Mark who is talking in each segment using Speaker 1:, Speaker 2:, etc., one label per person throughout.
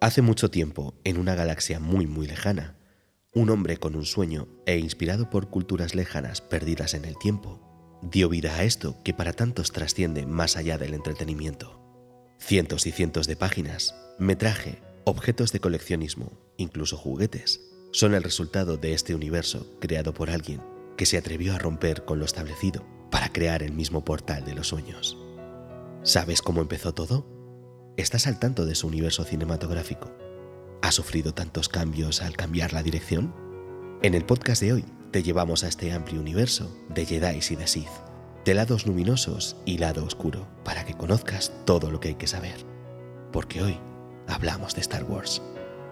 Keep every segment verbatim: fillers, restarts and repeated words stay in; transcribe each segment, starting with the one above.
Speaker 1: Hace mucho tiempo, en una galaxia muy muy lejana, un hombre con un sueño e inspirado por culturas lejanas perdidas en el tiempo, dio vida a esto que para tantos trasciende más allá del entretenimiento. Cientos y cientos de páginas, metraje, objetos de coleccionismo, incluso juguetes, son el resultado de este universo creado por alguien que se atrevió a romper con lo establecido para crear el mismo portal de los sueños. ¿Sabes cómo empezó todo? ¿Estás al tanto de su universo cinematográfico? ¿Ha sufrido tantos cambios al cambiar la dirección? En el podcast de hoy te llevamos a este amplio universo de Jedis y de Sith, de lados luminosos y lado oscuro, para que conozcas todo lo que hay que saber. Porque hoy hablamos de Star Wars.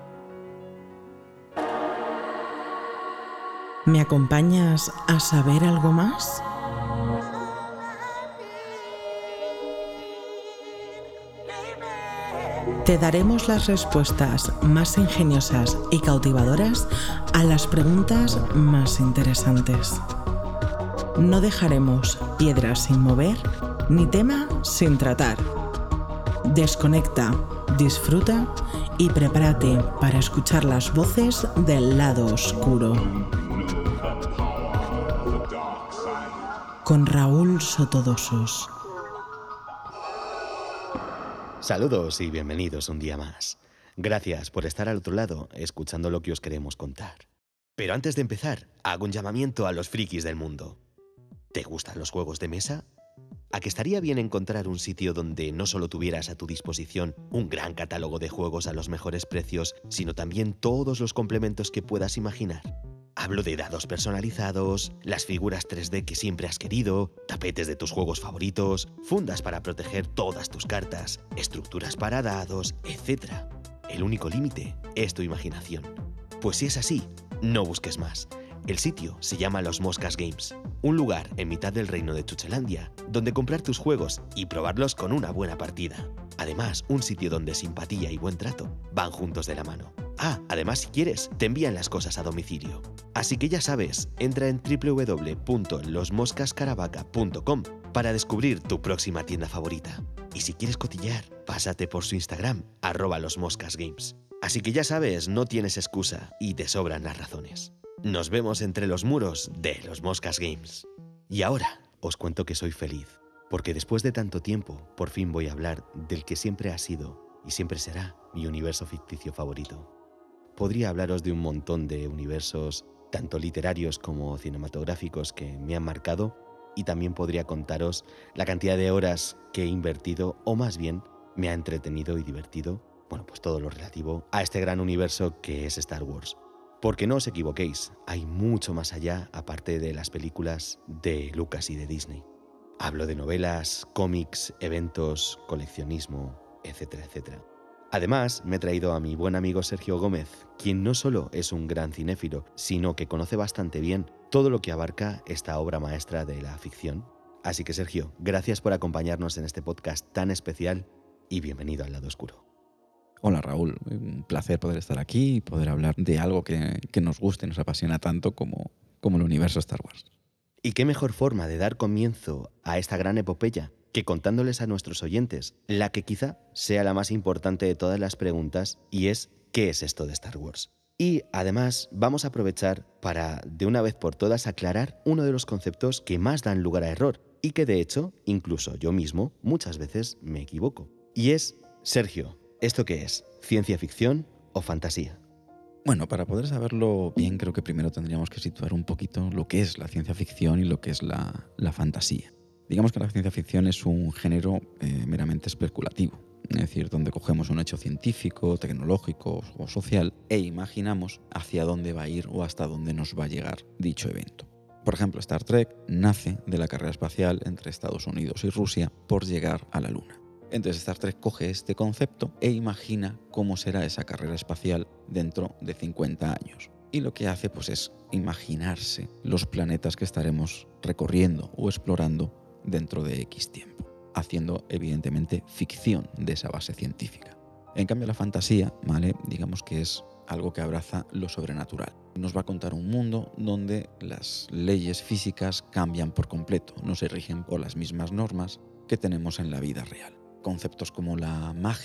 Speaker 2: ¿Me acompañas a saber algo más? Te daremos las respuestas más ingeniosas y cautivadoras a las preguntas más interesantes. No dejaremos piedra sin mover ni tema sin tratar. Desconecta, disfruta y prepárate para escuchar las voces del lado oscuro. Con Raúl Sotodosos.
Speaker 1: Saludos y bienvenidos un día más. Gracias por estar al otro lado escuchando lo que os queremos contar. Pero antes de empezar, hago un llamamiento a los frikis del mundo. ¿Te gustan los juegos de mesa? ¿A que estaría bien encontrar un sitio donde no solo tuvieras a tu disposición un gran catálogo de juegos a los mejores precios, sino también todos los complementos que puedas imaginar? Hablo de dados personalizados, las figuras tres D que siempre has querido, tapetes de tus juegos favoritos, fundas para proteger todas tus cartas, estructuras para dados, etcétera. El único límite es tu imaginación. Pues si es así, no busques más. El sitio se llama Los Moscas Games, un lugar en mitad del reino de Chuchelandia, donde comprar tus juegos y probarlos con una buena partida. Además, un sitio donde simpatía y buen trato van juntos de la mano. Ah, además si quieres, te envían las cosas a domicilio. Así que ya sabes, entra en doble u doble u doble u punto los moscas caravaca punto com para descubrir tu próxima tienda favorita. Y si quieres cotillear, pásate por su Instagram, arroba losmoscasgames. Así que ya sabes, no tienes excusa y te sobran las razones. Nos vemos entre los muros de Los Moscas Games. Y ahora os cuento que soy feliz, porque después de tanto tiempo, por fin voy a hablar del que siempre ha sido y siempre será mi universo ficticio favorito. Podría hablaros de un montón de universos, tanto literarios como cinematográficos, que me han marcado, y también podría contaros la cantidad de horas que he invertido, o más bien, me ha entretenido y divertido, bueno, pues todo lo relativo a este gran universo que es Star Wars. Porque no os equivoquéis, hay mucho más allá, aparte de las películas de Lucas y de Disney. Hablo de novelas, cómics, eventos, coleccionismo, etcétera, etcétera. Además, me he traído a mi buen amigo Sergio Gómez, quien no solo es un gran cinéfilo, sino que conoce bastante bien todo lo que abarca esta obra maestra de la ficción. Así que Sergio, gracias por acompañarnos en este podcast tan especial y bienvenido al lado oscuro.
Speaker 3: Hola Raúl, un placer poder estar aquí y poder hablar de algo que, que nos gusta y nos apasiona tanto como, como el universo Star Wars.
Speaker 1: ¿Y qué mejor forma de dar comienzo a esta gran epopeya que contándoles a nuestros oyentes la que quizá sea la más importante de todas las preguntas, y es ¿qué es esto de Star Wars? Y además vamos a aprovechar para de una vez por todas aclarar uno de los conceptos que más dan lugar a error y que de hecho incluso yo mismo muchas veces me equivoco. Y es, Sergio, ¿esto qué es? ¿Ciencia ficción o fantasía?
Speaker 3: Bueno, para poder saberlo bien, creo que primero tendríamos que situar un poquito lo que es la ciencia ficción y lo que es la, la fantasía. Digamos que la ciencia ficción es un género eh, meramente especulativo, es decir, donde cogemos un hecho científico, tecnológico o social e imaginamos hacia dónde va a ir o hasta dónde nos va a llegar dicho evento. Por ejemplo, Star Trek nace de la carrera espacial entre Estados Unidos y Rusia por llegar a la Luna. Entonces Star Trek coge este concepto e imagina cómo será esa carrera espacial dentro de cincuenta años. Y lo que hace pues, es imaginarse los planetas que estaremos recorriendo o explorando dentro de X tiempo, haciendo evidentemente ficción de esa base científica. En cambio la fantasía, ¿vale? Digamos que es algo que abraza lo sobrenatural. Nos va a contar un mundo donde las leyes físicas cambian por completo, no se rigen por las mismas normas que tenemos en la vida real. Conceptos como la magia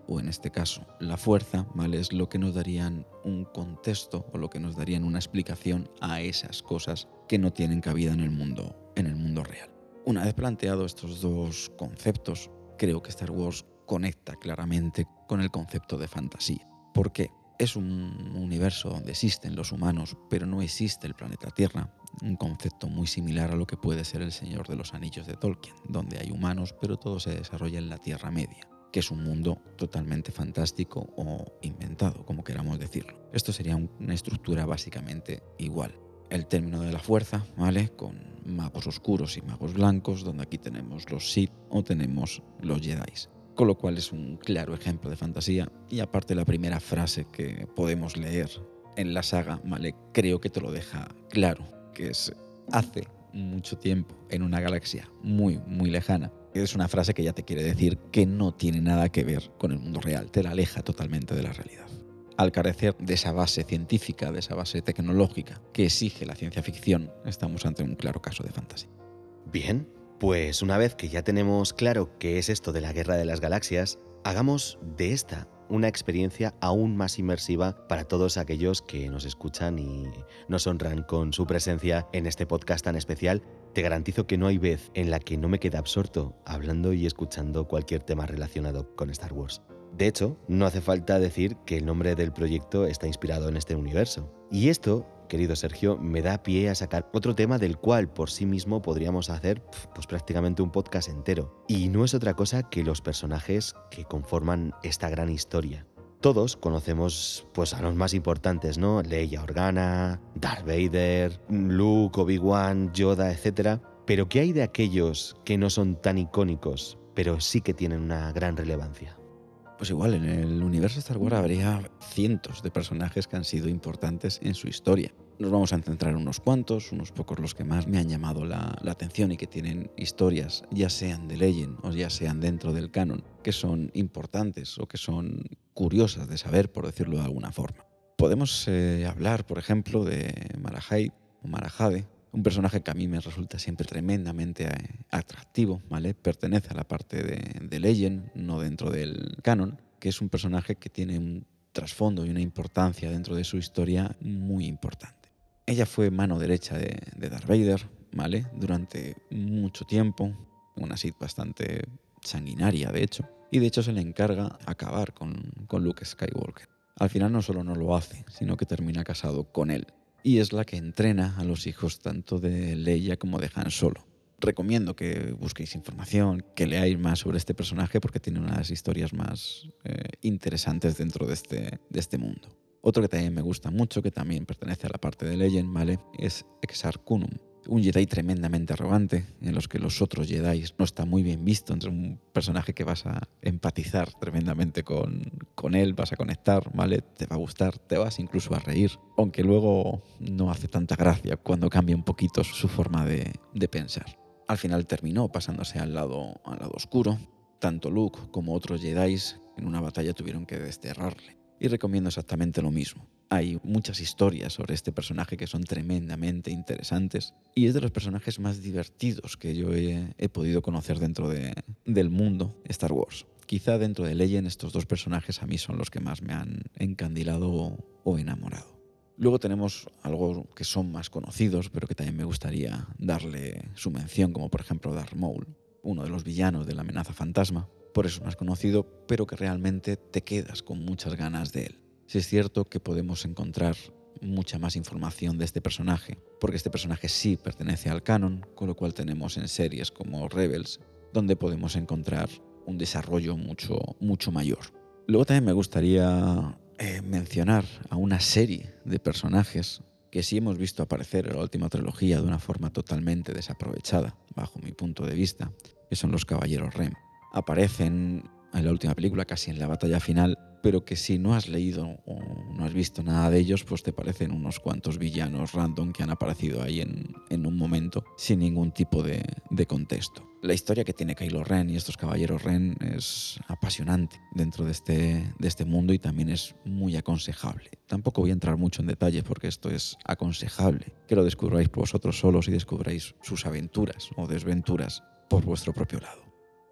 Speaker 3: o en este caso la fuerza, ¿vale? Es lo que nos darían un contexto o lo que nos darían una explicación a esas cosas que no tienen cabida en el mundo, en el mundo real. Una vez planteados estos dos conceptos, creo que Star Wars conecta claramente con el concepto de fantasía. ¿Por qué? Es un universo donde existen los humanos, pero no existe el planeta Tierra. Un concepto muy similar a lo que puede ser El Señor de los Anillos de Tolkien, donde hay humanos, pero todo se desarrolla en la Tierra Media, que es un mundo totalmente fantástico o inventado, como queramos decirlo. Esto sería una estructura básicamente igual. El término de la fuerza, ¿vale? Con magos oscuros y magos blancos, donde aquí tenemos los Sith o tenemos los Jedi. Con lo cual es un claro ejemplo de fantasía. Y aparte la primera frase que podemos leer en la saga, ¿vale? Creo que te lo deja claro, que es hace mucho tiempo en una galaxia muy, muy lejana. Es una frase que ya te quiere decir que no tiene nada que ver con el mundo real, te la aleja totalmente de la realidad. Al carecer de esa base científica, de esa base tecnológica que exige la ciencia ficción, estamos ante un claro caso de fantasía.
Speaker 1: Bien, pues una vez que ya tenemos claro qué es esto de la Guerra de las Galaxias, hagamos de esta una experiencia aún más inmersiva para todos aquellos que nos escuchan y nos honran con su presencia en este podcast tan especial. Te garantizo que no hay vez en la que no me quede absorto hablando y escuchando cualquier tema relacionado con Star Wars. De hecho, no hace falta decir que el nombre del proyecto está inspirado en este universo. Y esto, querido Sergio, me da pie a sacar otro tema del cual por sí mismo podríamos hacer pues, prácticamente un podcast entero. Y no es otra cosa que los personajes que conforman esta gran historia. Todos conocemos pues, a los más importantes, ¿no? Leia Organa, Darth Vader, Luke, Obi-Wan, Yoda, etcétera. Pero ¿qué hay de aquellos que no son tan icónicos, pero sí que tienen una gran relevancia?
Speaker 3: Pues igual, en el universo de Star Wars habría cientos de personajes que han sido importantes en su historia. Nos vamos a centrar en unos cuantos, unos pocos los que más me han llamado la, la atención y que tienen historias, ya sean de Legend o ya sean dentro del canon, que son importantes o que son curiosas de saber, por decirlo de alguna forma. Podemos eh, hablar, por ejemplo, de Mara Jade o Mara Jade, un personaje que a mí me resulta siempre tremendamente atractivo, ¿vale? Pertenece a la parte de, de Legend, no dentro del canon, que es un personaje que tiene un trasfondo y una importancia dentro de su historia muy importante. Ella fue mano derecha de, de Darth Vader, ¿vale? Durante mucho tiempo, una Sith bastante sanguinaria, de hecho, y de hecho se le encarga acabar con, con Luke Skywalker. Al final no solo no lo hace, sino que termina casado con él. Y es la que entrena a los hijos tanto de Leia como de Han Solo. Recomiendo que busquéis información, que leáis más sobre este personaje porque tiene unas historias más eh, interesantes dentro de este, de este mundo. Otro que también me gusta mucho, que también pertenece a la parte de Legend, ¿vale? Es Exar Kunum, un Jedi tremendamente arrogante, en los que los otros Jedi no está muy bien visto, entre un personaje que vas a empatizar tremendamente con, con él, vas a conectar, ¿vale? Te va a gustar, te vas incluso a reír, aunque luego no hace tanta gracia cuando cambia un poquito su forma de, de pensar. Al final terminó pasándose al lado, al lado oscuro. Tanto Luke como otros Jedi en una batalla tuvieron que desterrarle. Y recomiendo exactamente lo mismo. Hay muchas historias sobre este personaje que son tremendamente interesantes y es de los personajes más divertidos que yo he, he podido conocer dentro de, del mundo Star Wars. Quizá dentro de Legend estos dos personajes a mí son los que más me han encandilado o, o enamorado. Luego tenemos algo que son más conocidos, pero que también me gustaría darle su mención, como por ejemplo Darth Maul, uno de los villanos de la amenaza fantasma. Por eso es más conocido, pero que realmente te quedas con muchas ganas de él. Sí es cierto que podemos encontrar mucha más información de este personaje, porque este personaje sí pertenece al canon, con lo cual tenemos en series como Rebels, donde podemos encontrar un desarrollo mucho, mucho mayor. Luego también me gustaría eh, mencionar a una serie de personajes que sí hemos visto aparecer en la última trilogía de una forma totalmente desaprovechada, bajo mi punto de vista, que son los Caballeros Rem. Aparecen en la última película, casi en la batalla final, pero que si no has leído o no has visto nada de ellos, pues te parecen unos cuantos villanos random que han aparecido ahí en, en un momento sin ningún tipo de, de contexto. La historia que tiene Kylo Ren y estos Caballeros Ren es apasionante dentro de este, de este mundo y también es muy aconsejable. Tampoco voy a entrar mucho en detalles porque esto es aconsejable, que lo descubráis por vosotros solos y descubráis sus aventuras o desventuras por vuestro propio lado.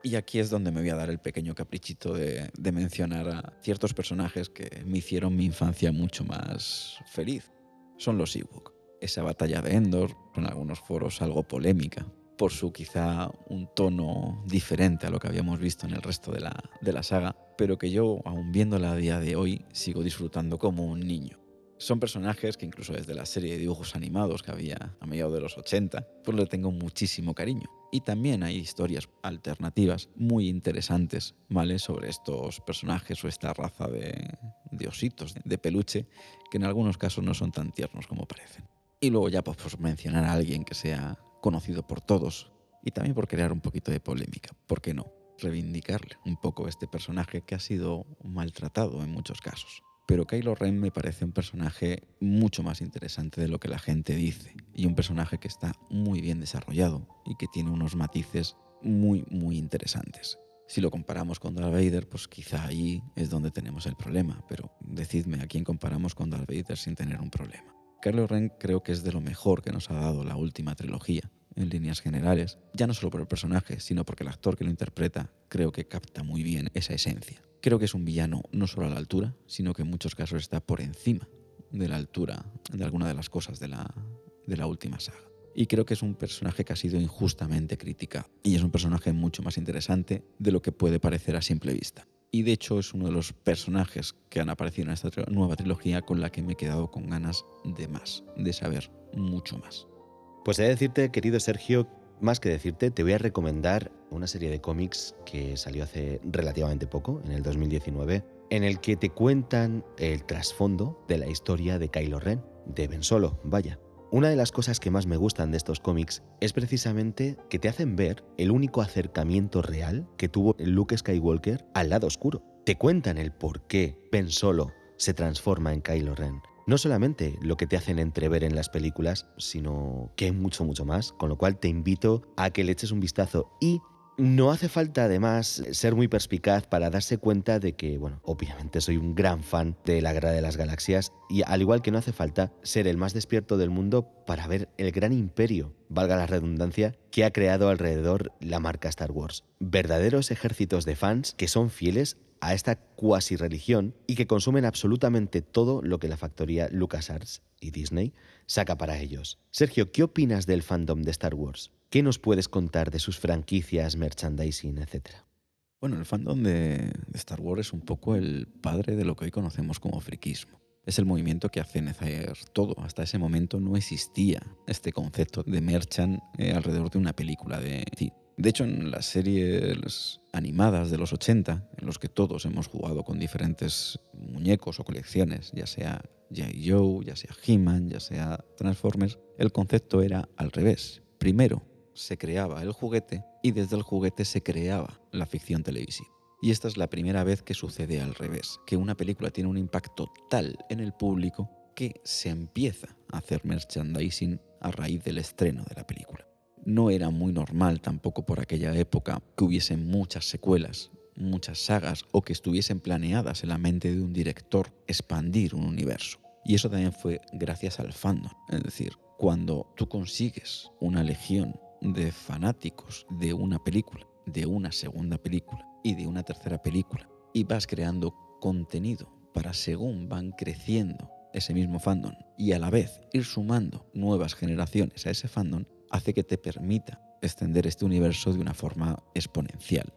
Speaker 3: Y aquí es donde me voy a dar el pequeño caprichito de, de mencionar a ciertos personajes que me hicieron mi infancia mucho más feliz. Son los Ewok. Esa batalla de Endor, en algunos foros algo polémica, por su quizá un tono diferente a lo que habíamos visto en el resto de la, de la saga, pero que yo, aun viéndola a día de hoy, sigo disfrutando como un niño. Son personajes que incluso desde la serie de dibujos animados que había a mediados de los ochenta, pues le tengo muchísimo cariño. Y también hay historias alternativas muy interesantes, ¿vale?, sobre estos personajes o esta raza de, de ositos, de peluche, que en algunos casos no son tan tiernos como parecen. Y luego ya pues, pues mencionar a alguien que sea conocido por todos y también por crear un poquito de polémica. ¿Por qué no? Reivindicarle un poco a este personaje que ha sido maltratado en muchos casos. Pero Kylo Ren me parece un personaje mucho más interesante de lo que la gente dice y un personaje que está muy bien desarrollado y que tiene unos matices muy, muy interesantes. Si lo comparamos con Darth Vader, pues quizá ahí es donde tenemos el problema, pero decidme a quién comparamos con Darth Vader sin tener un problema. Kylo Ren creo que es de lo mejor que nos ha dado la última trilogía, en líneas generales, ya no solo por el personaje, sino porque el actor que lo interpreta creo que capta muy bien esa esencia. Creo que es un villano no solo a la altura, sino que en muchos casos está por encima de la altura de alguna de las cosas de la, de la última saga. Y creo que es un personaje que ha sido injustamente criticado. Y es un personaje mucho más interesante de lo que puede parecer a simple vista. Y de hecho es uno de los personajes que han aparecido en esta tri- nueva trilogía con la que me he quedado con ganas de más, de saber mucho más.
Speaker 1: Pues he de decirte, querido Sergio, más que decirte, te voy a recomendar una serie de cómics que salió hace relativamente poco, en el dos mil diecinueve, en el que te cuentan el trasfondo de la historia de Kylo Ren, de Ben Solo, vaya. Una de las cosas que más me gustan de estos cómics es precisamente que te hacen ver el único acercamiento real que tuvo Luke Skywalker al lado oscuro. Te cuentan el por qué Ben Solo se transforma en Kylo Ren. No solamente lo que te hacen entrever en las películas, sino que hay mucho, mucho más, con lo cual te invito a que le eches un vistazo. Y no hace falta, además, ser muy perspicaz para darse cuenta de que, bueno, obviamente soy un gran fan de la Guerra de las Galaxias y al igual que no hace falta ser el más despierto del mundo para ver el gran imperio, valga la redundancia, que ha creado alrededor la marca Star Wars. Verdaderos ejércitos de fans que son fieles a esta cuasi religión y que consumen absolutamente todo lo que la factoría LucasArts y Disney saca para ellos. Sergio, ¿qué opinas del fandom de Star Wars? ¿Qué nos puedes contar de sus franquicias, merchandising, etcétera?
Speaker 3: Bueno, el fandom de Star Wars es un poco el padre de lo que hoy conocemos como friquismo. Es el movimiento que hace nacer todo. Hasta ese momento no existía este concepto de merchant eh, alrededor de una película de cine. De hecho, en las series animadas de los ochenta, en los que todos hemos jugado con diferentes muñecos o colecciones, ya sea G I Joe, ya sea He-Man, ya sea Transformers, el concepto era al revés. Primero se creaba el juguete y desde el juguete se creaba la ficción televisiva. Y esta es la primera vez que sucede al revés, que una película tiene un impacto tal en el público que se empieza a hacer merchandising a raíz del estreno de la película. No era muy normal tampoco por aquella época que hubiesen muchas secuelas, muchas sagas o que estuviesen planeadas en la mente de un director expandir un universo. Y eso también fue gracias al fandom. Es decir, cuando tú consigues una legión de fanáticos de una película, de una segunda película y de una tercera película y vas creando contenido para según van creciendo ese mismo fandom y a la vez ir sumando nuevas generaciones a ese fandom, hace que te permita extender este universo de una forma exponencial.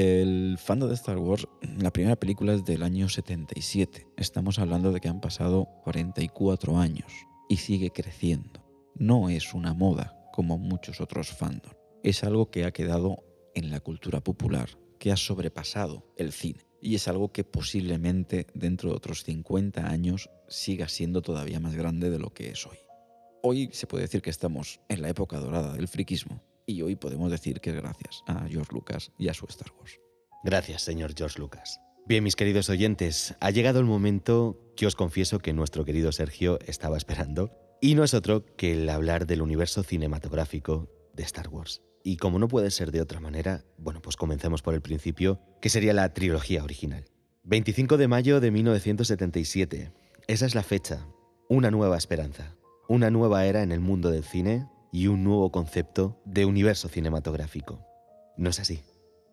Speaker 3: El fandom de Star Wars, la primera película es del año setenta y siete. Estamos hablando de que han pasado cuarenta y cuatro años y sigue creciendo. No es una moda como muchos otros fandoms. Es algo que ha quedado en la cultura popular, que ha sobrepasado el cine. Y es algo que posiblemente dentro de otros cincuenta años siga siendo todavía más grande de lo que es hoy. Hoy se puede decir que estamos en la época dorada del friquismo y hoy podemos decir que es gracias a George Lucas y a su Star Wars.
Speaker 1: Gracias, señor George Lucas. Bien, mis queridos oyentes, ha llegado el momento que os confieso que nuestro querido Sergio estaba esperando y no es otro que el hablar del universo cinematográfico de Star Wars. Y como no puede ser de otra manera, bueno, pues comencemos por el principio, que sería la trilogía original. veinticinco de mayo de mil novecientos setenta y siete. Esa es la fecha. Una nueva esperanza. Una nueva era en el mundo del cine y un nuevo concepto de universo cinematográfico. ¿No es así?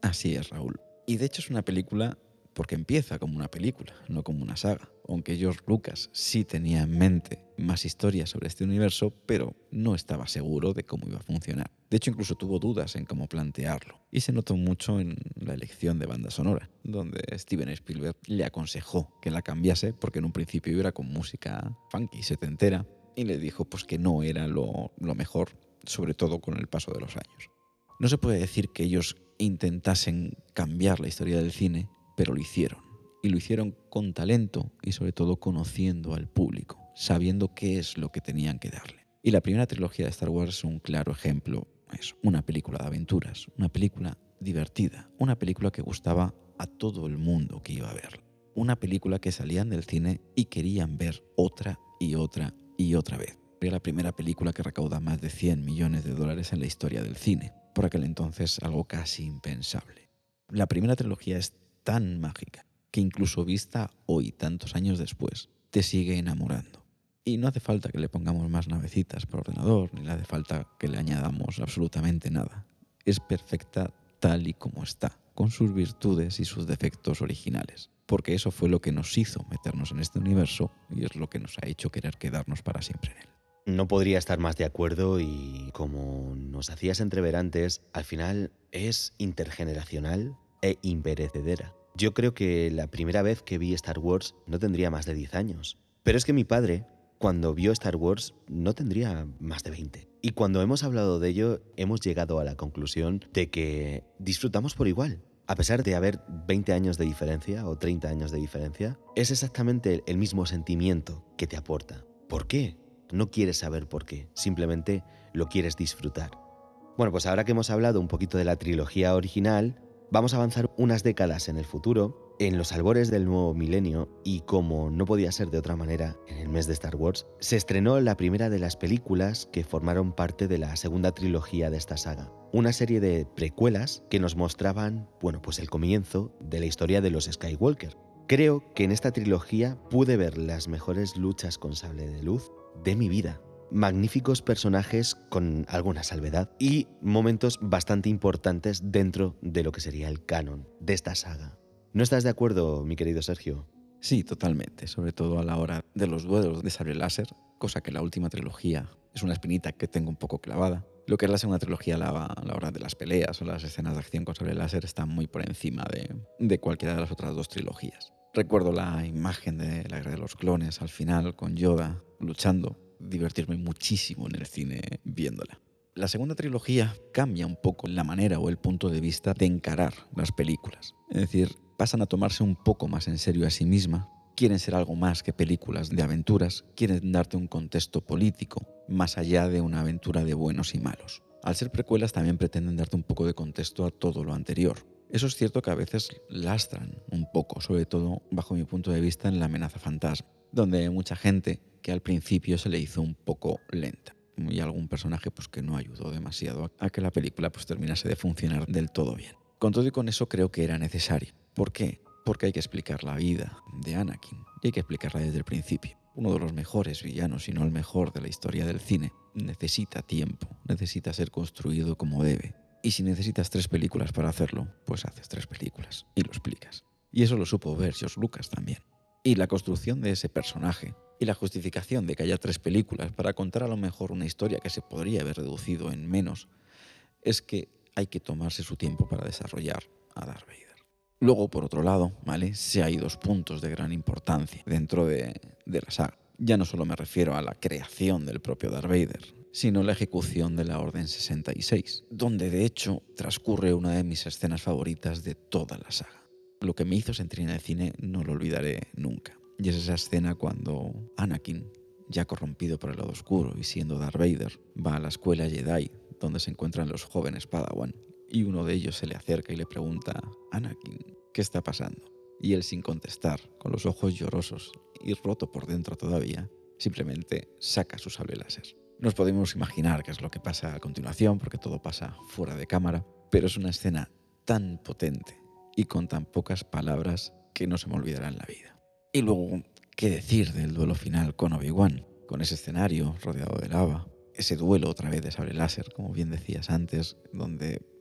Speaker 3: Así es, Raúl. Y de hecho es una película porque empieza como una película, no como una saga. Aunque George Lucas sí tenía en mente más historias sobre este universo, pero no estaba seguro de cómo iba a funcionar. De hecho, incluso tuvo dudas en cómo plantearlo. Y se notó mucho en la elección de banda sonora, donde Steven Spielberg le aconsejó que la cambiase porque en un principio era con música funky setentera y le dijo pues que no era lo, lo mejor, sobre todo con el paso de los años. No se puede decir que ellos intentasen cambiar la historia del cine, pero lo hicieron. Y lo hicieron con talento y sobre todo conociendo al público, sabiendo qué es lo que tenían que darle. Y la primera trilogía de Star Wars es un claro ejemplo. Es una película de aventuras, una película divertida, una película que gustaba a todo el mundo que iba a verla. Una película que salían del cine y querían ver otra y otra y otra vez. Era la primera película que recauda más de cien millones de dólares en la historia del cine. Por aquel entonces algo casi impensable. La primera trilogía es tan mágica que incluso vista hoy, tantos años después, te sigue enamorando. Y no hace falta que le pongamos más navecitas por ordenador, ni le hace falta que le añadamos absolutamente nada. Es perfecta tal y como está, con sus virtudes y sus defectos originales. Porque eso fue lo que nos hizo meternos en este universo y es lo que nos ha hecho querer quedarnos para siempre en él.
Speaker 1: No podría estar más de acuerdo y, como nos hacías entrever antes, al final es intergeneracional e imperecedera. Yo creo que la primera vez que vi Star Wars no tendría más de diez años. Pero es que mi padre, cuando vio Star Wars, no tendría más de veinte. Y cuando hemos hablado de ello, hemos llegado a la conclusión de que disfrutamos por igual. A pesar de haber veinte años de diferencia o treinta años de diferencia, es exactamente el mismo sentimiento que te aporta. ¿Por qué? No quieres saber por qué, simplemente lo quieres disfrutar. Bueno, pues ahora que hemos hablado un poquito de la trilogía original, vamos a avanzar unas décadas en el futuro, en los albores del nuevo milenio, y como no podía ser de otra manera, en el mes de Star Wars, se estrenó la primera de las películas que formaron parte de la segunda trilogía de esta saga. Una serie de precuelas que nos mostraban, bueno, pues el comienzo de la historia de los Skywalker. Creo que en esta trilogía pude ver las mejores luchas con sable de luz de mi vida. Magníficos personajes con alguna salvedad y momentos bastante importantes dentro de lo que sería el canon de esta saga. ¿No estás de acuerdo, mi querido Sergio?
Speaker 3: Sí, totalmente, sobre todo a la hora de los duelos de sable láser, cosa que la última trilogía es una espinita que tengo un poco clavada. Lo que es la segunda trilogía, la, a la hora de las peleas o las escenas de acción con sable láser, están muy por encima de, de cualquiera de las otras dos trilogías. Recuerdo la imagen de la Guerra de los Clones al final, con Yoda luchando, divertirme muchísimo en el cine viéndola. La segunda trilogía cambia un poco la manera o el punto de vista de encarar las películas. Es decir, pasan a tomarse un poco más en serio a sí misma, quieren ser algo más que películas de aventuras, quieren darte un contexto político, más allá de una aventura de buenos y malos. Al ser precuelas también pretenden darte un poco de contexto a todo lo anterior. Eso es cierto que a veces lastran un poco, sobre todo bajo mi punto de vista en La amenaza fantasma, donde hay mucha gente que al principio se le hizo un poco lenta y algún personaje pues, que no ayudó demasiado a que la película pues, terminase de funcionar del todo bien. Con todo y con eso creo que era necesario. ¿Por qué? Porque hay que explicar la vida de Anakin y hay que explicarla desde el principio. Uno de los mejores villanos, si no el mejor de la historia del cine, necesita tiempo, necesita ser construido como debe. Y si necesitas tres películas para hacerlo, pues haces tres películas y lo explicas. Y eso lo supo ver George Lucas también. Y la construcción de ese personaje y la justificación de que haya tres películas para contar a lo mejor una historia que se podría haber reducido en menos, es que hay que tomarse su tiempo para desarrollar a Darth Vader. Luego, por otro lado, ¿vale? Sí hay dos puntos de gran importancia dentro de, de la saga. Ya no solo me refiero a la creación del propio Darth Vader, sino la ejecución de la Orden sesenta y seis, donde de hecho transcurre una de mis escenas favoritas de toda la saga. Lo que me hizo sentir en el cine no lo olvidaré nunca. Y es esa escena cuando Anakin, ya corrompido por el lado oscuro y siendo Darth Vader, va a la escuela Jedi, donde se encuentran los jóvenes Padawan, y uno de ellos se le acerca y le pregunta: Anakin, ¿qué está pasando? Y él, sin contestar, con los ojos llorosos y roto por dentro todavía, simplemente saca su sable láser. Nos podemos imaginar qué es lo que pasa a continuación, porque todo pasa fuera de cámara, pero es una escena tan potente y con tan pocas palabras que no se me olvidará en la vida. Y luego, ¿qué decir del duelo final con Obi-Wan? Con ese escenario rodeado de lava, ese duelo otra vez de sable láser, como bien decías antes, donde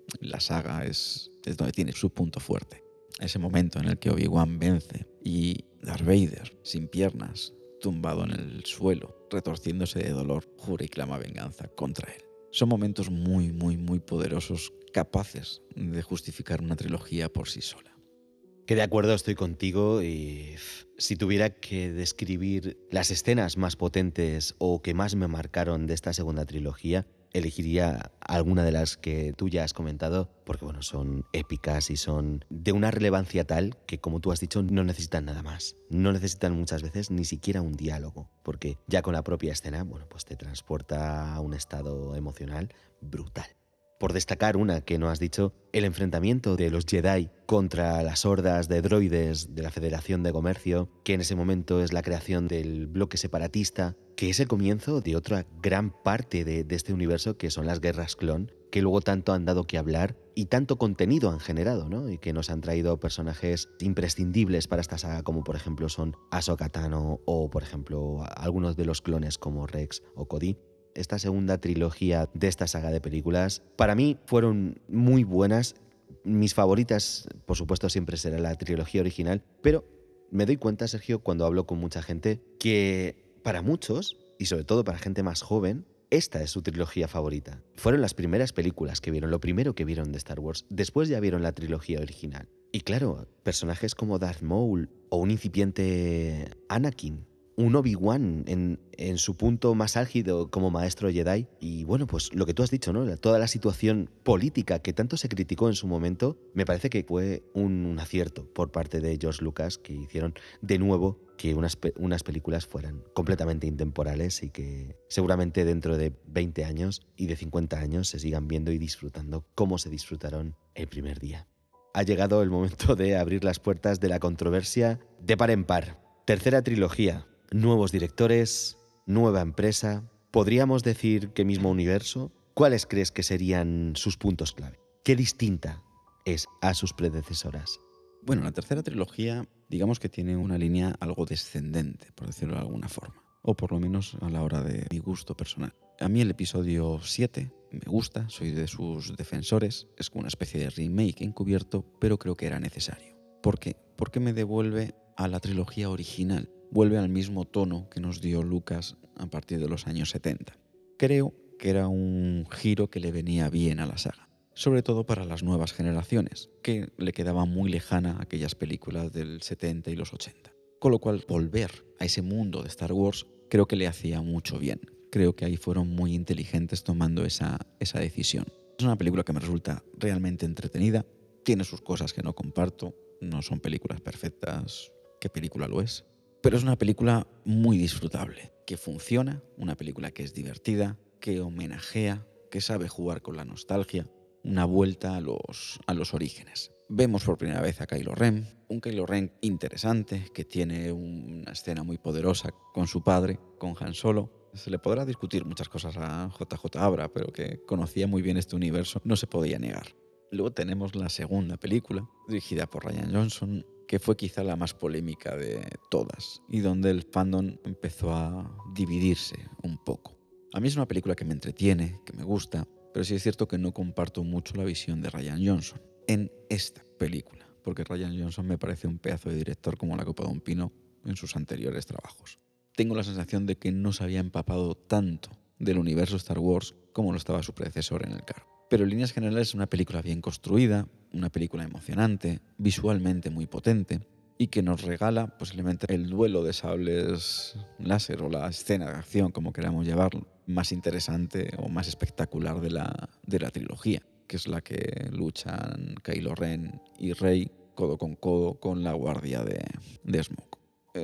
Speaker 3: la saga es, es donde tiene su punto fuerte. Ese momento en el que Obi-Wan vence y Darth Vader, sin piernas, tumbado en el suelo, retorciéndose de dolor, jura y clama venganza contra él. Son momentos muy, muy, muy poderosos, capaces de justificar una trilogía por sí sola.
Speaker 1: Que de acuerdo estoy contigo y si tuviera que describir las escenas más potentes o que más me marcaron de esta segunda trilogía, elegiría alguna de las que tú ya has comentado porque bueno, son épicas y son de una relevancia tal que, como tú has dicho, no necesitan nada más. No necesitan muchas veces ni siquiera un diálogo, porque ya con la propia escena, bueno, pues te transporta a un estado emocional brutal. Por destacar una que no has dicho, el enfrentamiento de los Jedi contra las hordas de droides de la Federación de Comercio, que en ese momento es la creación del bloque separatista, que es el comienzo de otra gran parte de, de este universo, que son las guerras clon, que luego tanto han dado que hablar y tanto contenido han generado, ¿no? Y que nos han traído personajes imprescindibles para esta saga, como por ejemplo son Ahsoka Tano o por ejemplo algunos de los clones como Rex o Cody. Esta segunda trilogía de esta saga de películas, para mí fueron muy buenas. Mis favoritas, por supuesto, siempre será la trilogía original, pero me doy cuenta, Sergio, cuando hablo con mucha gente, que para muchos, y sobre todo para gente más joven, esta es su trilogía favorita. Fueron las primeras películas que vieron, lo primero que vieron de Star Wars, después ya vieron la trilogía original. Y claro, personajes como Darth Maul o un incipiente Anakin, un Obi-Wan en, en su punto más álgido como maestro Jedi. Y bueno, pues lo que tú has dicho, ¿no? Toda la situación política que tanto se criticó en su momento, me parece que fue un, un acierto por parte de George Lucas, que hicieron de nuevo que unas, unas películas fueran completamente intemporales y que seguramente dentro de veinte años y de cincuenta años se sigan viendo y disfrutando como se disfrutaron el primer día. Ha llegado el momento de abrir las puertas de la controversia de par en par. Tercera trilogía. Nuevos directores, nueva empresa, ¿podríamos decir que mismo universo? ¿Cuáles crees que serían sus puntos clave? ¿Qué distinta es a sus predecesoras?
Speaker 3: Bueno, la tercera trilogía, digamos que tiene una línea algo descendente, por decirlo de alguna forma, o por lo menos a la hora de mi gusto personal. A mí el episodio siete me gusta, soy de sus defensores, es como una especie de remake encubierto, pero creo que era necesario. ¿Por qué? Porque me devuelve a la trilogía original. Vuelve al mismo tono que nos dio Lucas a partir de los años setenta. Creo que era un giro que le venía bien a la saga, sobre todo para las nuevas generaciones, que le quedaba muy lejana aquellas películas del setenta y los ochenta. Con lo cual, volver a ese mundo de Star Wars creo que le hacía mucho bien. Creo que ahí fueron muy inteligentes tomando esa, esa decisión. Es una película que me resulta realmente entretenida, tiene sus cosas que no comparto, no son películas perfectas. ¿Qué película lo es? Pero es una película muy disfrutable, que funciona, una película que es divertida, que homenajea, que sabe jugar con la nostalgia, una vuelta a los, a los orígenes. Vemos por primera vez a Kylo Ren, un Kylo Ren interesante, que tiene una escena muy poderosa con su padre, con Han Solo. Se le podrá discutir muchas cosas a J J Abra, pero que conocía muy bien este universo, no se podía negar. Luego tenemos la segunda película, dirigida por Rian Johnson, que fue quizá la más polémica de todas y donde el fandom empezó a dividirse un poco. A mí es una película que me entretiene, que me gusta, pero sí es cierto que no comparto mucho la visión de Rian Johnson en esta película, porque Rian Johnson me parece un pedazo de director como la copa de un pino en sus anteriores trabajos. Tengo la sensación de que no se había empapado tanto del universo Star Wars como lo estaba su predecesor en el cargo. Pero en líneas generales es una película bien construida, una película emocionante, visualmente muy potente y que nos regala posiblemente el duelo de sables láser o la escena de acción, como queramos llamarlo, más interesante o más espectacular de la, de la trilogía, que es la que luchan Kylo Ren y Rey codo con codo con la guardia de, de Smoke.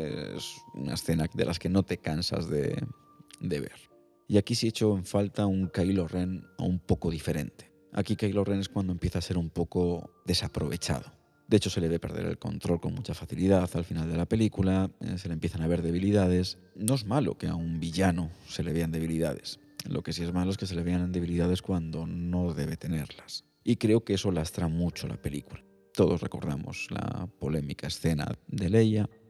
Speaker 3: Es una escena de las que no te cansas de, de ver. Y aquí sí he hecho en falta un Kylo Ren un poco diferente. Aquí Kylo Ren es cuando empieza a ser un poco desaprovechado. De hecho, se le ve perder el control con mucha facilidad al final de la película, eh, se le empiezan a ver debilidades. No es malo que a un villano se le vean debilidades. Lo que sí es malo es que se le vean debilidades cuando no debe tenerlas. Y creo que eso lastra mucho la película. Todos recordamos la polémica escena de Leia,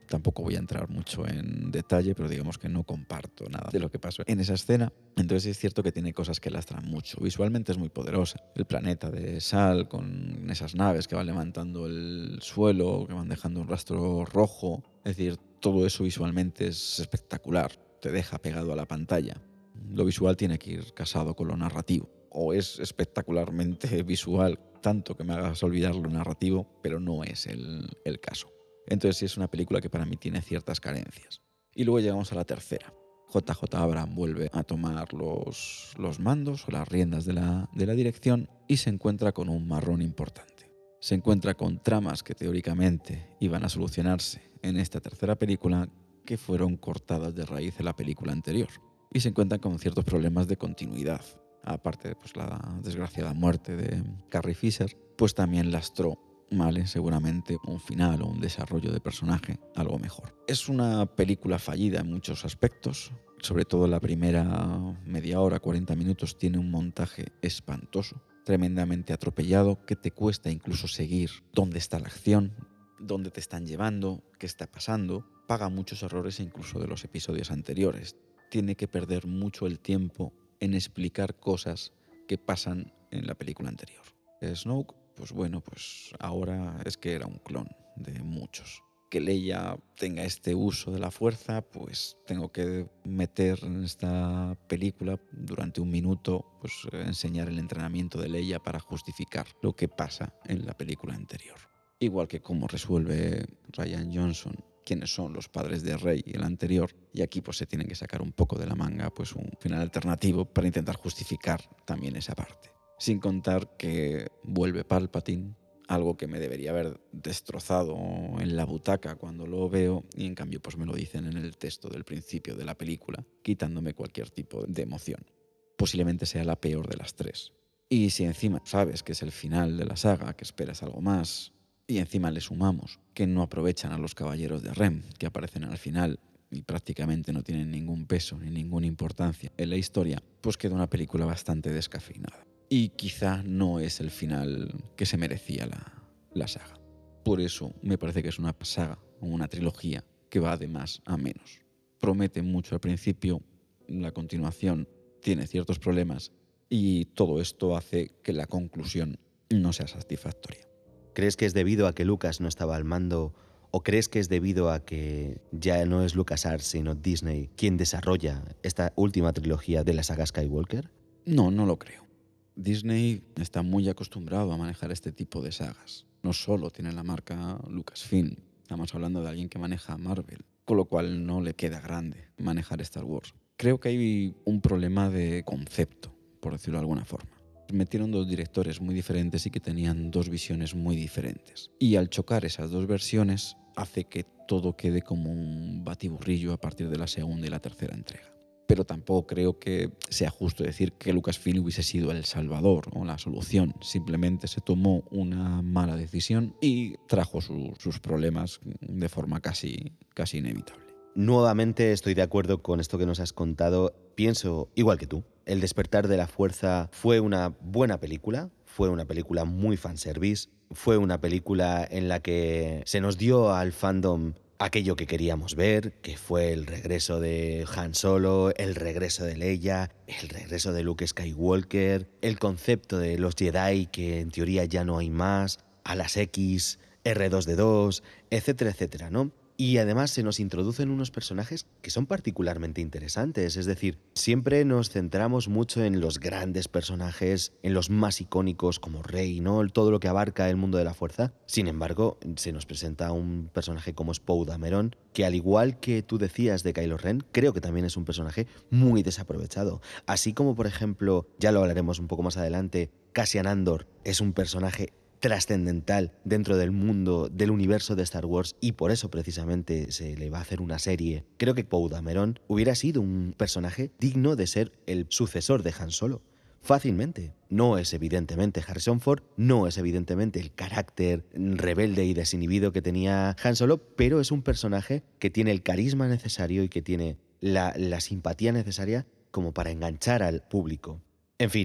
Speaker 3: Tampoco voy a entrar mucho en detalle, pero digamos que no comparto nada de lo que pasó en esa escena. Entonces es cierto que tiene cosas que lastran mucho. Visualmente es muy poderosa. El planeta de sal con esas naves que van levantando el suelo, que van dejando un rastro rojo. Es decir, todo eso visualmente es espectacular. Te deja pegado a la pantalla. Lo visual tiene que ir casado con lo narrativo. O es espectacularmente visual, tanto que me hagas olvidar lo narrativo, pero no es el, el caso. Entonces sí es una película que para mí tiene ciertas carencias. Y luego llegamos a la tercera. J J Abrams vuelve a tomar los, los mandos o las riendas de la, de la dirección y se encuentra con un marrón importante. Se encuentra con tramas que teóricamente iban a solucionarse en esta tercera película que fueron cortadas de raíz en la película anterior. Y se encuentran con ciertos problemas de continuidad. Aparte de pues, la desgraciada muerte de Carrie Fisher, pues también lastró, ¿vale?, seguramente un final o un desarrollo de personaje algo mejor. Es una película fallida en muchos aspectos, sobre todo la primera media hora, cuarenta minutos, tiene un montaje espantoso, tremendamente atropellado, que te cuesta incluso seguir dónde está la acción, dónde te están llevando, qué está pasando. Paga muchos errores incluso de los episodios anteriores. Tiene que perder mucho el tiempo en explicar cosas que pasan en la película anterior. Snoke, pues bueno, pues ahora es que era un clon de muchos. Que Leia tenga este uso de la fuerza, pues tengo que meter en esta película durante un minuto, pues enseñar el entrenamiento de Leia para justificar lo que pasa en la película anterior. Igual que cómo resuelve Rian Johnson quiénes son los padres de Rey y el anterior, y aquí pues se tienen que sacar un poco de la manga pues un final alternativo para intentar justificar también esa parte. Sin contar que vuelve Palpatine, algo que me debería haber destrozado en la butaca cuando lo veo, y en cambio pues me lo dicen en el texto del principio de la película, quitándome cualquier tipo de emoción. Posiblemente sea la peor de las tres. Y si encima sabes que es el final de la saga, que esperas algo más, y encima le sumamos que no aprovechan a los caballeros de Rem, que aparecen al final y prácticamente no tienen ningún peso ni ninguna importancia en la historia, pues queda una película bastante descafeinada. Y quizá no es el final que se merecía la, la saga. Por eso me parece que es una saga o una trilogía que va de más a menos. Promete mucho al principio, la continuación tiene ciertos problemas y todo esto hace que la conclusión no sea satisfactoria.
Speaker 1: ¿Crees que es debido a que Lucas no estaba al mando o crees que es debido a que ya no es LucasArts sino Disney quien desarrolla esta última trilogía de la saga Skywalker?
Speaker 3: No, no lo creo. Disney está muy acostumbrado a manejar este tipo de sagas. No solo tiene la marca Lucasfilm, estamos hablando de alguien que maneja Marvel, con lo cual no le queda grande manejar Star Wars. Creo que hay un problema de concepto, por decirlo de alguna forma. Metieron dos directores muy diferentes y que tenían dos visiones muy diferentes. Y al chocar esas dos versiones hace que todo quede como un batiburrillo a partir de la segunda y la tercera entrega. Pero tampoco creo que sea justo decir que Lucasfilm hubiese sido el salvador o la solución. Simplemente se tomó una mala decisión y trajo su, sus problemas de forma casi, casi inevitable.
Speaker 1: Nuevamente estoy de acuerdo con esto que nos has contado. Pienso igual que tú. El despertar de la fuerza fue una buena película, fue una película muy fanservice, fue una película en la que se nos dio al fandom aquello que queríamos ver, que fue el regreso de Han Solo, el regreso de Leia, el regreso de Luke Skywalker, el concepto de los Jedi que en teoría ya no hay más, a las X, erre dos de dos, etcétera, etcétera, ¿no? Y además se nos introducen unos personajes que son particularmente interesantes, es decir, siempre nos centramos mucho en los grandes personajes, en los más icónicos como Rey, ¿no? Todo lo que abarca el mundo de la fuerza. Sin embargo, se nos presenta un personaje como Poe Dameron, que al igual que tú decías de Kylo Ren, creo que también es un personaje muy desaprovechado. Así como, por ejemplo, ya lo hablaremos un poco más adelante, Cassian Andor es un personaje trascendental dentro del mundo, del universo de Star Wars, y por eso precisamente se le va a hacer una serie. Creo que Poe Dameron hubiera sido un personaje digno de ser el sucesor de Han Solo. Fácilmente. No es evidentemente Harrison Ford, no es evidentemente el carácter rebelde y desinhibido que tenía Han Solo, pero es un personaje que tiene el carisma necesario y que tiene la, la simpatía necesaria como para enganchar al público. En fin,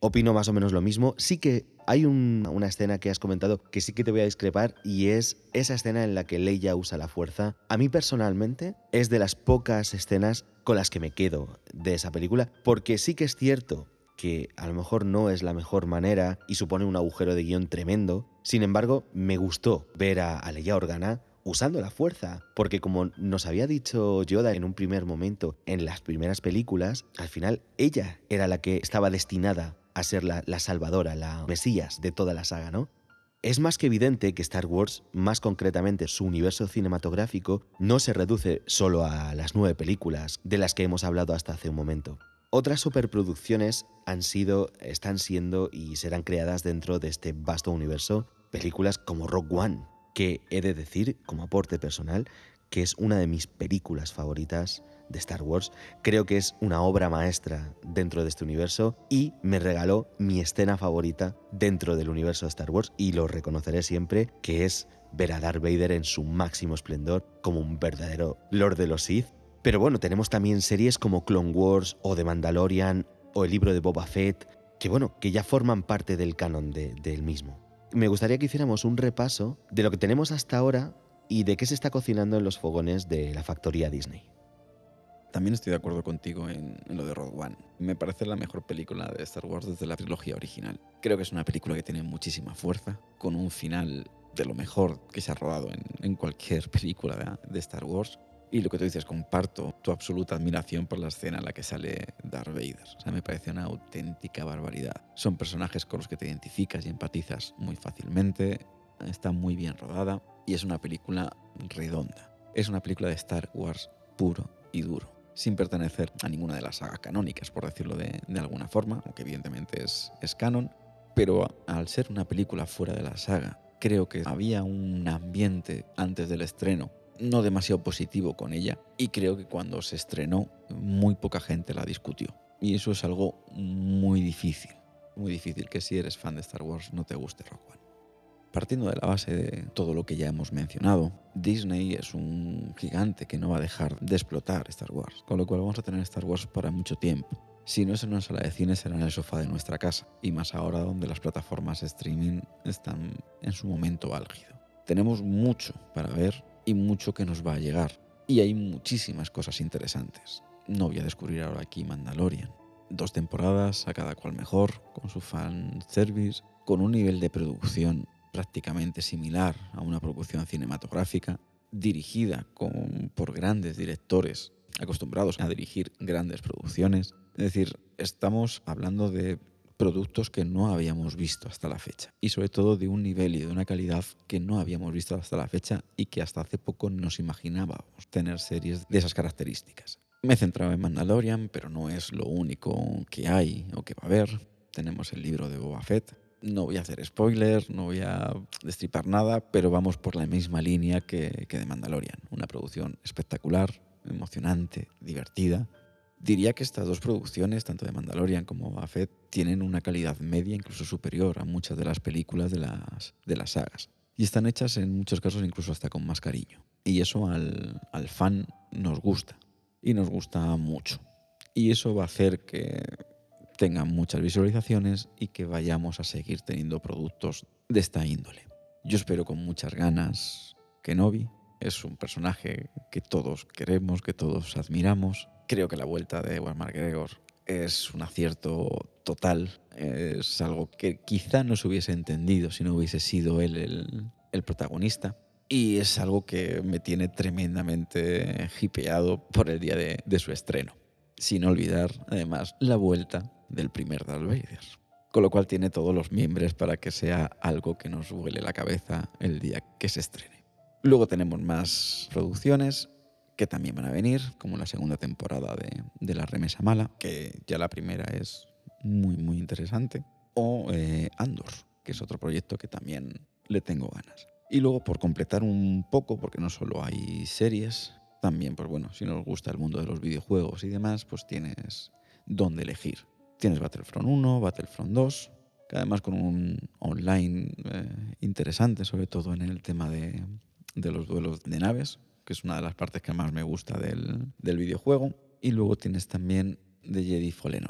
Speaker 1: opino más o menos lo mismo. Sí que hay un, una escena que has comentado que sí que te voy a discrepar, y es esa escena en la que Leia usa la fuerza. A mí personalmente es de las pocas escenas con las que me quedo de esa película, porque sí que es cierto que a lo mejor no es la mejor manera y supone un agujero de guión tremendo. Sin embargo, me gustó ver a, a Leia Organa usando la fuerza, porque como nos había dicho Yoda en un primer momento en las primeras películas, al final ella era la que estaba destinada a ser la, la salvadora, la mesías de toda la saga, ¿no? Es más que evidente que Star Wars, más concretamente su universo cinematográfico, no se reduce solo a las nueve películas de las que hemos hablado hasta hace un momento. Otras superproducciones han sido, están siendo y serán creadas dentro de este vasto universo. Películas como Rogue One, que he de decir, como aporte personal, que es una de mis películas favoritas de Star Wars. Creo que es una obra maestra dentro de este universo y me regaló mi escena favorita dentro del universo de Star Wars, y lo reconoceré siempre, que es ver a Darth Vader en su máximo esplendor como un verdadero Lord de los Sith. Pero bueno, tenemos también series como Clone Wars o The Mandalorian o el libro de Boba Fett, que bueno, que ya forman parte del canon de, del mismo. Me gustaría que hiciéramos un repaso de lo que tenemos hasta ahora y de qué se está cocinando en los fogones de la factoría Disney.
Speaker 3: También estoy de acuerdo contigo en, en lo de Rogue One. Me parece la mejor película de Star Wars desde la trilogía original. Creo que es una película que tiene muchísima fuerza, con un final de lo mejor que se ha rodado en, en cualquier película de, de Star Wars. Y lo que tú dices, comparto tu absoluta admiración por la escena en la que sale Darth Vader. O sea, me parece una auténtica barbaridad. Son personajes con los que te identificas y empatizas muy fácilmente. Está muy bien rodada y es una película redonda. Es una película de Star Wars puro y duro, sin pertenecer a ninguna de las sagas canónicas, por decirlo de, de alguna forma, aunque evidentemente es, es canon. Pero al ser una película fuera de la saga, creo que había un ambiente antes del estreno no demasiado positivo con ella, y creo que cuando se estrenó muy poca gente la discutió, y eso es algo muy difícil, muy difícil que si eres fan de Star Wars no te guste Rogue One. Partiendo de la base de todo lo que ya hemos mencionado, Disney es un gigante que no va a dejar de explotar Star Wars, con lo cual vamos a tener Star Wars para mucho tiempo. Si no es en una sala de cine, será en el sofá de nuestra casa, y más ahora donde las plataformas de streaming están en su momento álgido. Tenemos mucho para ver y mucho que nos va a llegar. Y hay muchísimas cosas interesantes. No voy a descubrir ahora aquí Mandalorian. Dos temporadas, a cada cual mejor, con su fan service, con un nivel de producción prácticamente similar a una producción cinematográfica, dirigida con, por grandes directores acostumbrados a dirigir grandes producciones. Es decir, estamos hablando de productos que no habíamos visto hasta la fecha, y sobre todo de un nivel y de una calidad que no habíamos visto hasta la fecha y que hasta hace poco nos imaginábamos tener series de esas características. Me he centrado en Mandalorian, pero no es lo único que hay o que va a haber. Tenemos el libro de Boba Fett. No voy a hacer spoilers, no voy a destripar nada, pero vamos por la misma línea que, que de Mandalorian. Una producción espectacular, emocionante, divertida. Diría que estas dos producciones, tanto de Mandalorian como Boba Fett, tienen una calidad media, incluso superior a muchas de las películas de las, de las sagas. Y están hechas en muchos casos incluso hasta con más cariño. Y eso al, al fan nos gusta. Y nos gusta mucho. Y eso va a hacer que tengan muchas visualizaciones y que vayamos a seguir teniendo productos de esta índole. Yo espero con muchas ganas Kenobi. Es un personaje que todos queremos, que todos admiramos. Creo que la vuelta de Ewan McGregor es un acierto total. Es algo que quizá no se hubiese entendido si no hubiese sido él el, el protagonista. Y es algo que me tiene tremendamente hipeado por el día de, de su estreno. Sin olvidar, además, la vuelta del primer Darth Vader. Con lo cual tiene todos los miembros para que sea algo que nos vuele la cabeza el día que se estrene. Luego tenemos más producciones que también van a venir, como la segunda temporada de, de La Remesa Mala, que ya la primera es muy, muy interesante, o eh, Andor, que es otro proyecto que también le tengo ganas. Y luego, por completar un poco, porque no solo hay series, también, pues bueno, si nos gusta el mundo de los videojuegos y demás, pues tienes dónde elegir. Tienes Battlefront uno, Battlefront dos, que además con un online eh, interesante, sobre todo en el tema de, de los duelos de naves, que es una de las partes que más me gusta del, del videojuego. Y luego tienes también The Jedi Fallen Order,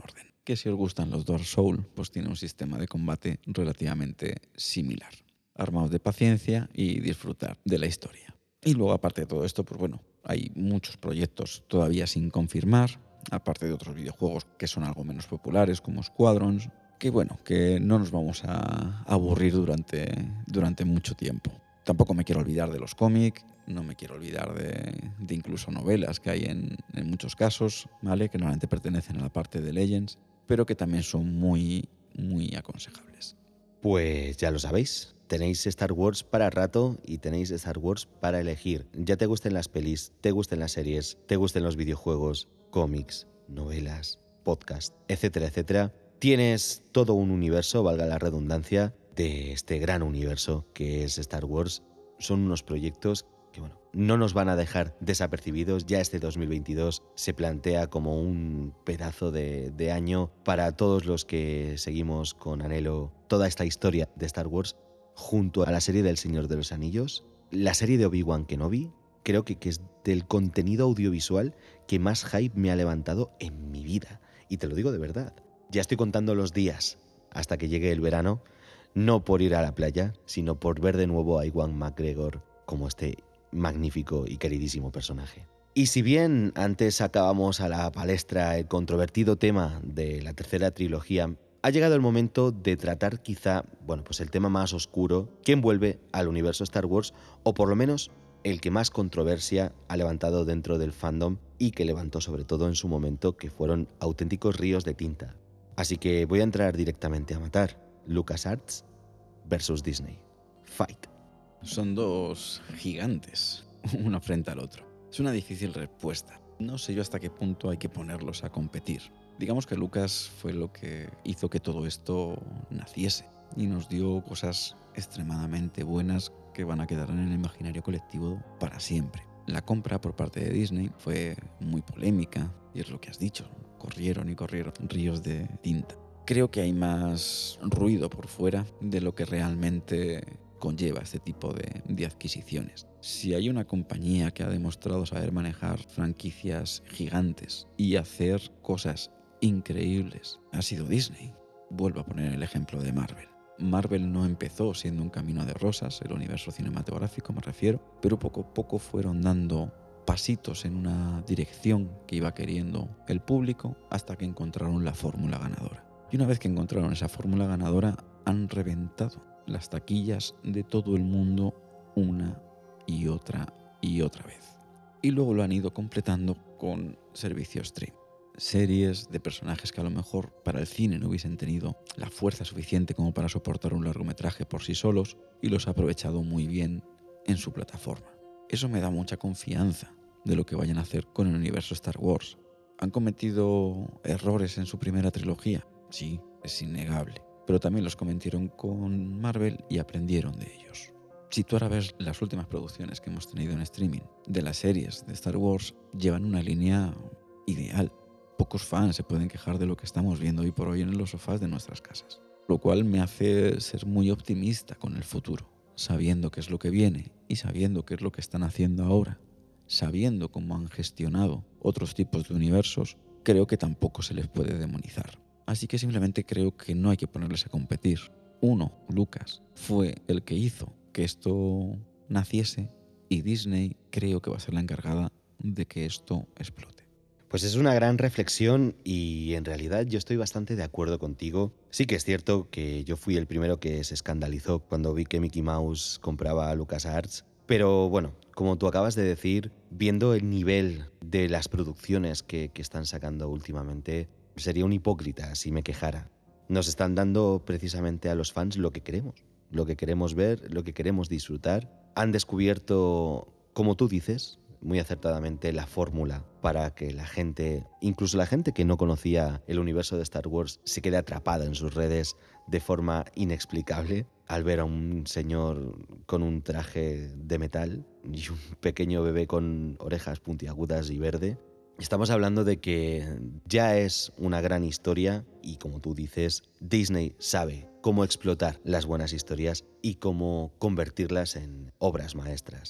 Speaker 3: que si os gustan los Dark Souls, pues tiene un sistema de combate relativamente similar. Armaos de paciencia y disfrutar de la historia. Y luego, aparte de todo esto, pues bueno, hay muchos proyectos todavía sin confirmar, aparte de otros videojuegos que son algo menos populares, como Squadrons, que bueno, que no nos vamos a aburrir durante, durante mucho tiempo. Tampoco me quiero olvidar de los cómics, no me quiero olvidar de, de incluso novelas que hay en, en muchos casos, ¿vale? Que normalmente pertenecen a la parte de Legends, pero que también son muy, muy aconsejables.
Speaker 1: Pues ya lo sabéis, tenéis Star Wars para rato y tenéis Star Wars para elegir. Ya te gusten las pelis, te gusten las series, te gusten los videojuegos, cómics, novelas, podcast, etcétera, etcétera. Tienes todo un universo, valga la redundancia, de este gran universo que es Star Wars. Son unos proyectos que, bueno, no nos van a dejar desapercibidos. Ya este dos mil veintidós se plantea como un pedazo de, de año para todos los que seguimos con anhelo toda esta historia de Star Wars, junto a la serie del Señor de los Anillos, la serie de Obi-Wan Kenobi. Creo que, que es del contenido audiovisual que más hype me ha levantado en mi vida. Y te lo digo de verdad. Ya estoy contando los días hasta que llegue el verano, no por ir a la playa, sino por ver de nuevo a Ewan McGregor como este magnífico y queridísimo personaje. Y si bien antes sacábamos a la palestra el controvertido tema de la tercera trilogía, ha llegado el momento de tratar quizá, bueno, pues el tema más oscuro que envuelve al universo Star Wars, o por lo menos el que más controversia ha levantado dentro del fandom y que levantó sobre todo en su momento, que fueron auténticos ríos de tinta. Así que voy a entrar directamente a matar. LucasArts versus Disney. Fight.
Speaker 3: Son dos gigantes, uno frente al otro. Es una difícil respuesta. No sé yo hasta qué punto hay que ponerlos a competir. Digamos que Lucas fue lo que hizo que todo esto naciese y nos dio cosas extremadamente buenas que van a quedar en el imaginario colectivo para siempre. La compra por parte de Disney fue muy polémica y es lo que has dicho, corrieron y corrieron ríos de tinta. Creo que hay más ruido por fuera de lo que realmente conlleva este tipo de, de adquisiciones. Si hay una compañía que ha demostrado saber manejar franquicias gigantes y hacer cosas increíbles, ha sido Disney. Vuelvo a poner el ejemplo de Marvel. Marvel no empezó siendo un camino de rosas, el universo cinematográfico me refiero, pero poco a poco fueron dando pasitos en una dirección que iba queriendo el público hasta que encontraron la fórmula ganadora. Y una vez que encontraron esa fórmula ganadora, han reventado las taquillas de todo el mundo una y otra y otra vez. Y luego lo han ido completando con servicios stream. Series de personajes que a lo mejor para el cine no hubiesen tenido la fuerza suficiente como para soportar un largometraje por sí solos y los ha aprovechado muy bien en su plataforma. Eso me da mucha confianza de lo que vayan a hacer con el universo Star Wars. ¿Han cometido errores en su primera trilogía? Sí, es innegable. Pero también los cometieron con Marvel y aprendieron de ellos. Si tú ahora ves las últimas producciones que hemos tenido en streaming de las series de Star Wars, llevan una línea ideal. Pocos fans se pueden quejar de lo que estamos viendo hoy por hoy en los sofás de nuestras casas. Lo cual me hace ser muy optimista con el futuro, sabiendo qué es lo que viene y sabiendo qué es lo que están haciendo ahora, sabiendo cómo han gestionado otros tipos de universos, creo que tampoco se les puede demonizar. Así que simplemente creo que no hay que ponerles a competir. Uno, Lucas, fue el que hizo que esto naciese y Disney creo que va a ser la encargada de que esto explote.
Speaker 1: Pues es una gran reflexión y en realidad yo estoy bastante de acuerdo contigo. Sí que es cierto que yo fui el primero que se escandalizó cuando vi que Mickey Mouse compraba a LucasArts, pero bueno, como tú acabas de decir, viendo el nivel de las producciones que, que están sacando últimamente, sería un hipócrita si me quejara. Nos están dando precisamente a los fans lo que queremos, lo que queremos ver, lo que queremos disfrutar. Han descubierto, como tú dices, muy acertadamente la fórmula para que la gente, incluso la gente que no conocía el universo de Star Wars, se quede atrapada en sus redes de forma inexplicable al ver a un señor con un traje de metal y un pequeño bebé con orejas puntiagudas y verde. Estamos hablando de que ya es una gran historia y, como tú dices, Disney sabe cómo explotar las buenas historias y cómo convertirlas en obras maestras.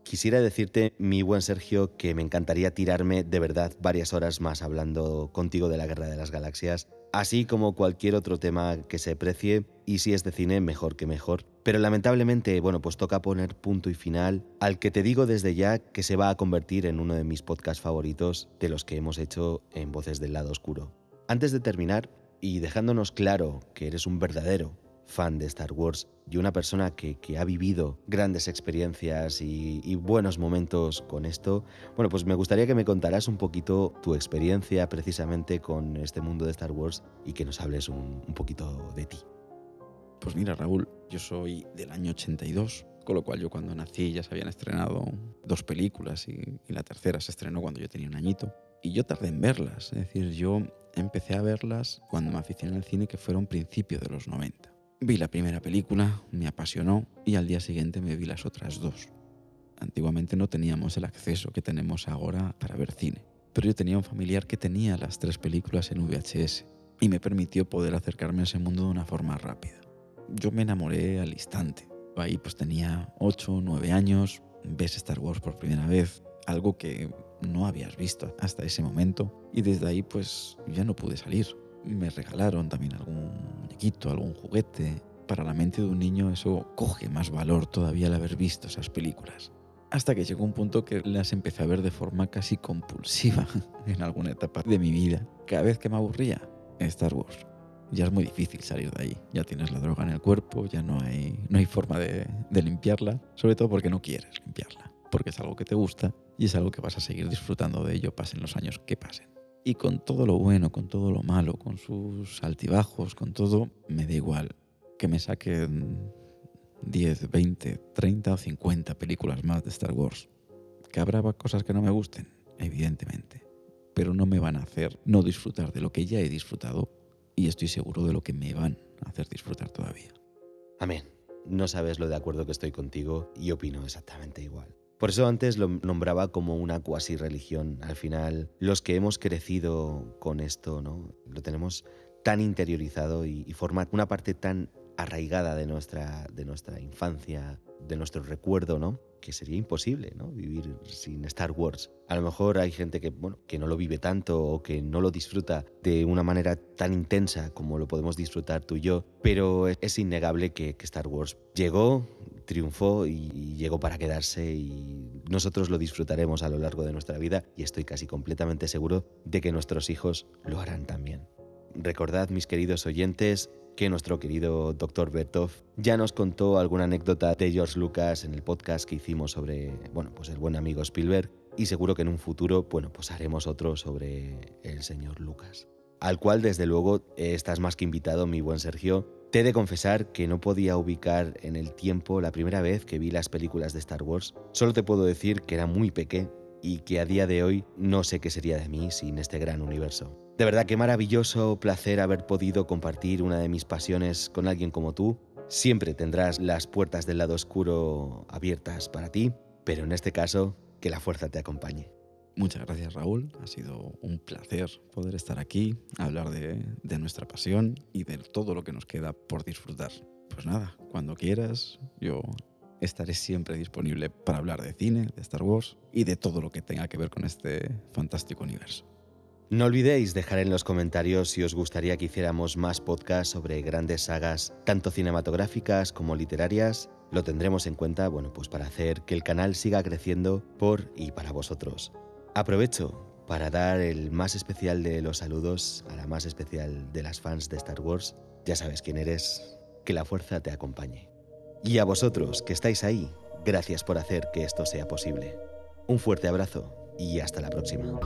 Speaker 1: quisiera decirte, mi buen Sergio, que me encantaría tirarme de verdad varias horas más hablando contigo de la Guerra de las Galaxias, así como cualquier otro tema que se precie, y si es de cine, mejor que mejor. Pero lamentablemente, bueno, pues toca poner punto y final al que te digo desde ya que se va a convertir en uno de mis podcasts favoritos de los que hemos hecho en Voces del Lado Oscuro. Antes de terminar, y dejándonos claro que eres un verdadero fan de Star Wars y una persona que, que ha vivido grandes experiencias y, y buenos momentos con esto, bueno, pues me gustaría que me contaras un poquito tu experiencia precisamente con este mundo de Star Wars y que nos hables un, un poquito de ti.
Speaker 3: Pues mira, Raúl, yo soy del año ochenta y dos, con lo cual yo cuando nací ya se habían estrenado dos películas y, y la tercera se estrenó cuando yo tenía un añito. Y yo tardé en verlas, es decir, yo empecé a verlas cuando me aficioné al cine, que fueron principios de los noventa. Vi la primera película, me apasionó y al día siguiente me vi las otras dos. Antiguamente no teníamos el acceso que tenemos ahora para ver cine, pero yo tenía un familiar que tenía las tres películas en V H S y me permitió poder acercarme a ese mundo de una forma rápida. Yo me enamoré al instante. Ahí pues tenía ocho o nueve años, ves Star Wars por primera vez, algo que no habías visto hasta ese momento, y desde ahí pues ya no pude salir. Me regalaron también algún muñequito, algún juguete. Para la mente de un niño eso coge más valor todavía al haber visto esas películas. Hasta que llegó un punto que las empecé a ver de forma casi compulsiva en alguna etapa de mi vida. Cada vez que me aburría, Star Wars. Ya es muy difícil salir de ahí. Ya tienes la droga en el cuerpo, ya no hay, no hay forma de, de limpiarla, sobre todo porque no quieres limpiarla, porque es algo que te gusta y es algo que vas a seguir disfrutando de ello, pasen los años que pasen. Y con todo lo bueno, con todo lo malo, con sus altibajos, con todo, me da igual que me saquen diez, veinte, treinta o cincuenta películas más de Star Wars. ¿Que habrá cosas que no me gusten? Evidentemente. Pero no me van a hacer no disfrutar de lo que ya he disfrutado y estoy seguro de lo que me van a hacer disfrutar todavía.
Speaker 1: Amén. No sabes lo de acuerdo que estoy contigo y opino exactamente igual. Por eso antes lo nombraba como una cuasi religión. Al final, los que hemos crecido con esto, ¿no? Lo tenemos tan interiorizado y, y forma una parte tan arraigada de nuestra, de nuestra infancia, de nuestro recuerdo, ¿no? Que sería imposible, ¿no? Vivir sin Star Wars. A lo mejor hay gente que, bueno, que no lo vive tanto o que no lo disfruta de una manera tan intensa como lo podemos disfrutar tú y yo, pero es innegable que, que Star Wars llegó, triunfó y, y llegó para quedarse, y nosotros lo disfrutaremos a lo largo de nuestra vida y estoy casi completamente seguro de que nuestros hijos lo harán también. Recordad, mis queridos oyentes, que nuestro querido doctor Bertov ya nos contó alguna anécdota de George Lucas en el podcast que hicimos sobre, bueno, pues el buen amigo Spielberg, y seguro que en un futuro, bueno, pues haremos otro sobre el señor Lucas, al cual desde luego estás más que invitado, mi buen Sergio. Te he de confesar que no podía ubicar en el tiempo la primera vez que vi las películas de Star Wars. Solo te puedo decir que era muy pequeño y que a día de hoy no sé qué sería de mí sin este gran universo. De verdad, qué maravilloso placer haber podido compartir una de mis pasiones con alguien como tú. Siempre tendrás las puertas del lado oscuro abiertas para ti, pero en este caso, que la fuerza te acompañe.
Speaker 3: Muchas gracias, Raúl. Ha sido un placer poder estar aquí, hablar de, de nuestra pasión y de todo lo que nos queda por disfrutar. Pues nada, cuando quieras, yo estaré siempre disponible para hablar de cine, de Star Wars y de todo lo que tenga que ver con este fantástico universo.
Speaker 1: No olvidéis dejar en los comentarios si os gustaría que hiciéramos más podcasts sobre grandes sagas, tanto cinematográficas como literarias. Lo tendremos en cuenta, bueno, pues para hacer que el canal siga creciendo por y para vosotros. Aprovecho para dar el más especial de los saludos a la más especial de las fans de Star Wars. Ya sabes quién eres, que la fuerza te acompañe. Y a vosotros que estáis ahí, gracias por hacer que esto sea posible. Un fuerte abrazo y hasta la próxima.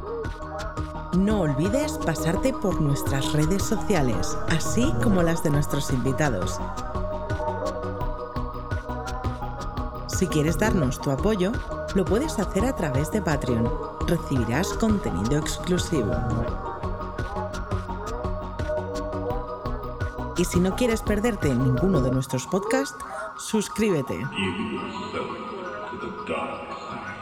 Speaker 2: No olvides pasarte por nuestras redes sociales, así como las de nuestros invitados. Si quieres darnos tu apoyo, lo puedes hacer a través de Patreon. Recibirás contenido exclusivo. Y si no quieres perderte ninguno de nuestros podcasts, suscríbete.
Speaker 4: You fell to the dark side.